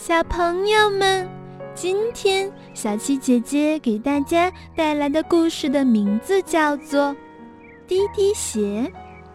小朋友们，今天小七姐姐给大家带来的故事的名字叫做《滴滴鞋》。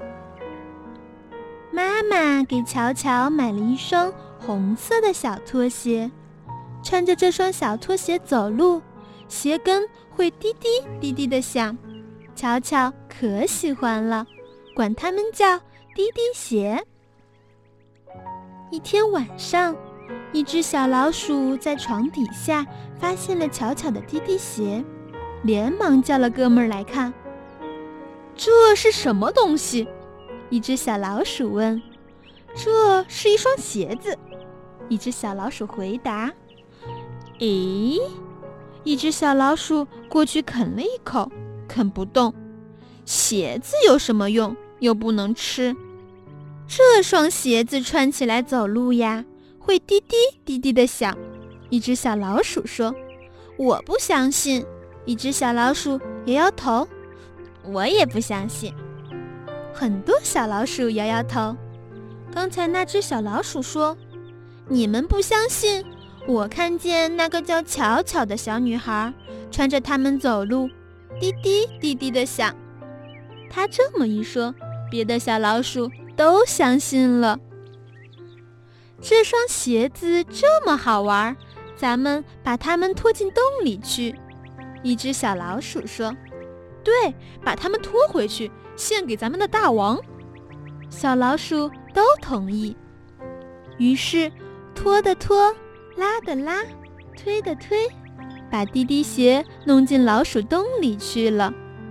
妈妈给巧巧买了一双红色的小拖鞋，穿着这双小拖鞋走路，鞋跟会滴滴滴滴地响，巧巧可喜欢了，管它们叫滴滴鞋。一天晚上，一只小老鼠在床底下发现了巧巧的滴滴鞋，连忙叫了哥们儿来看。这是什么东西？一只小老鼠问。这是一双鞋子，一只小老鼠回答。咦？一只小老鼠过去啃了一口，啃不动。鞋子有什么用？又不能吃。这双鞋子穿起来走路呀，会滴滴滴滴地响。一只小老鼠说。我不相信。一只小老鼠摇摇头。我也不相信。很多小老鼠摇摇头。刚才那只小老鼠说，你们不相信，我看见那个叫巧巧的小女孩穿着它们走路，滴滴滴滴地响。她这么一说，别的小老鼠都相信了。这双鞋子这么好玩，咱们把它们拖进洞里去。一只小老鼠说。对，把它们拖回去，献给咱们的大王。小老鼠都同意。于是拖的拖，拉的拉，推的推，把滴滴鞋弄进老鼠洞里去了。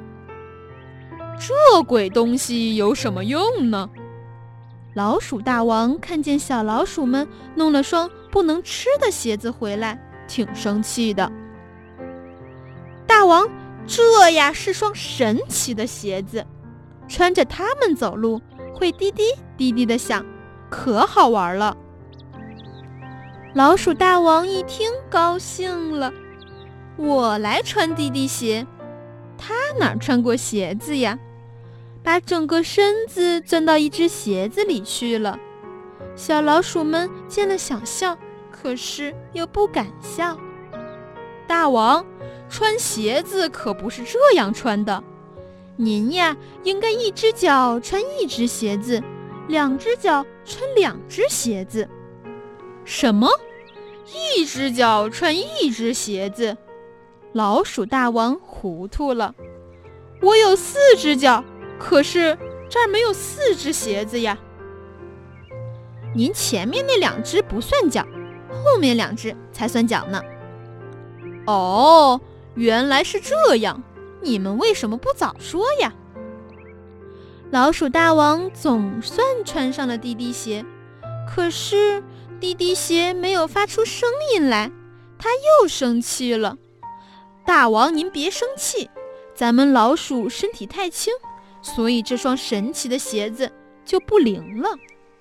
这鬼东西有什么用呢？老鼠大王看见小老鼠们弄了双不能吃的鞋子回来，挺生气的。大王，这呀是双神奇的鞋子，穿着它们走路会滴滴滴滴地响，可好玩了。老鼠大王一听高兴了，我来穿滴滴鞋。他哪穿过鞋子呀？把整个身子钻到一只鞋子里去了。小老鼠们见了想笑，可是又不敢笑。大王，穿鞋子可不是这样穿的，您呀应该一只脚穿一只鞋子，两只脚穿两只鞋子。什么？一只脚穿一只鞋子？老鼠大王糊涂了。我有4只脚，可是这儿没有4只鞋子呀。您前面那2只不算脚，后面2只才算脚呢。哦，原来是这样，你们为什么不早说呀？老鼠大王总算穿上了滴滴鞋，可是滴滴鞋没有发出声音来，他又生气了。大王您别生气，咱们老鼠身体太轻，所以这双神奇的鞋子就不灵了。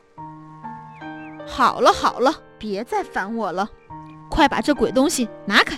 好了好了，别再烦我了，快把这鬼东西拿开。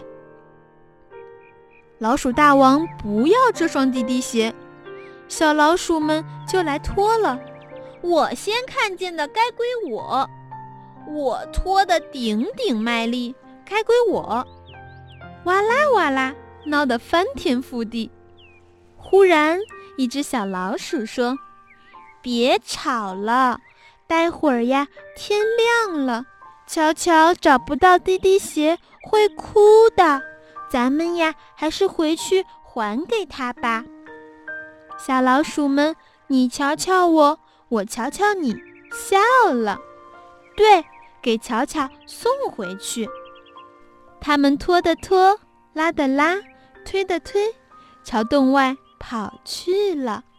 老鼠大王不要这双滴滴鞋，小老鼠们就来拖了。我先看见的该归我，我拖得顶顶卖力，该归我。哇啦哇啦，闹得翻天覆地。忽然一只小老鼠说，别吵了，待会儿呀天亮了，巧巧找不到滴滴鞋会哭的，咱们呀还是回去还给他吧。小老鼠们你瞧瞧我，我瞧瞧你，笑了。对，给巧巧送回去。他们拖的拖，拉的拉，推的推，朝洞外跑去了。